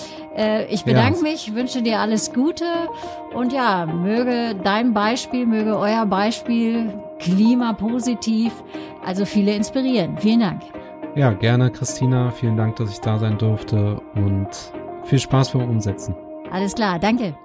Äh, ich bedanke ja. mich, wünsche dir alles Gute und ja, möge dein Beispiel, möge euer Beispiel klimapositiv, also viele inspirieren. Vielen Dank. Ja, gerne, Christina. Vielen Dank, dass ich da sein durfte und viel Spaß beim Umsetzen. Alles klar, danke.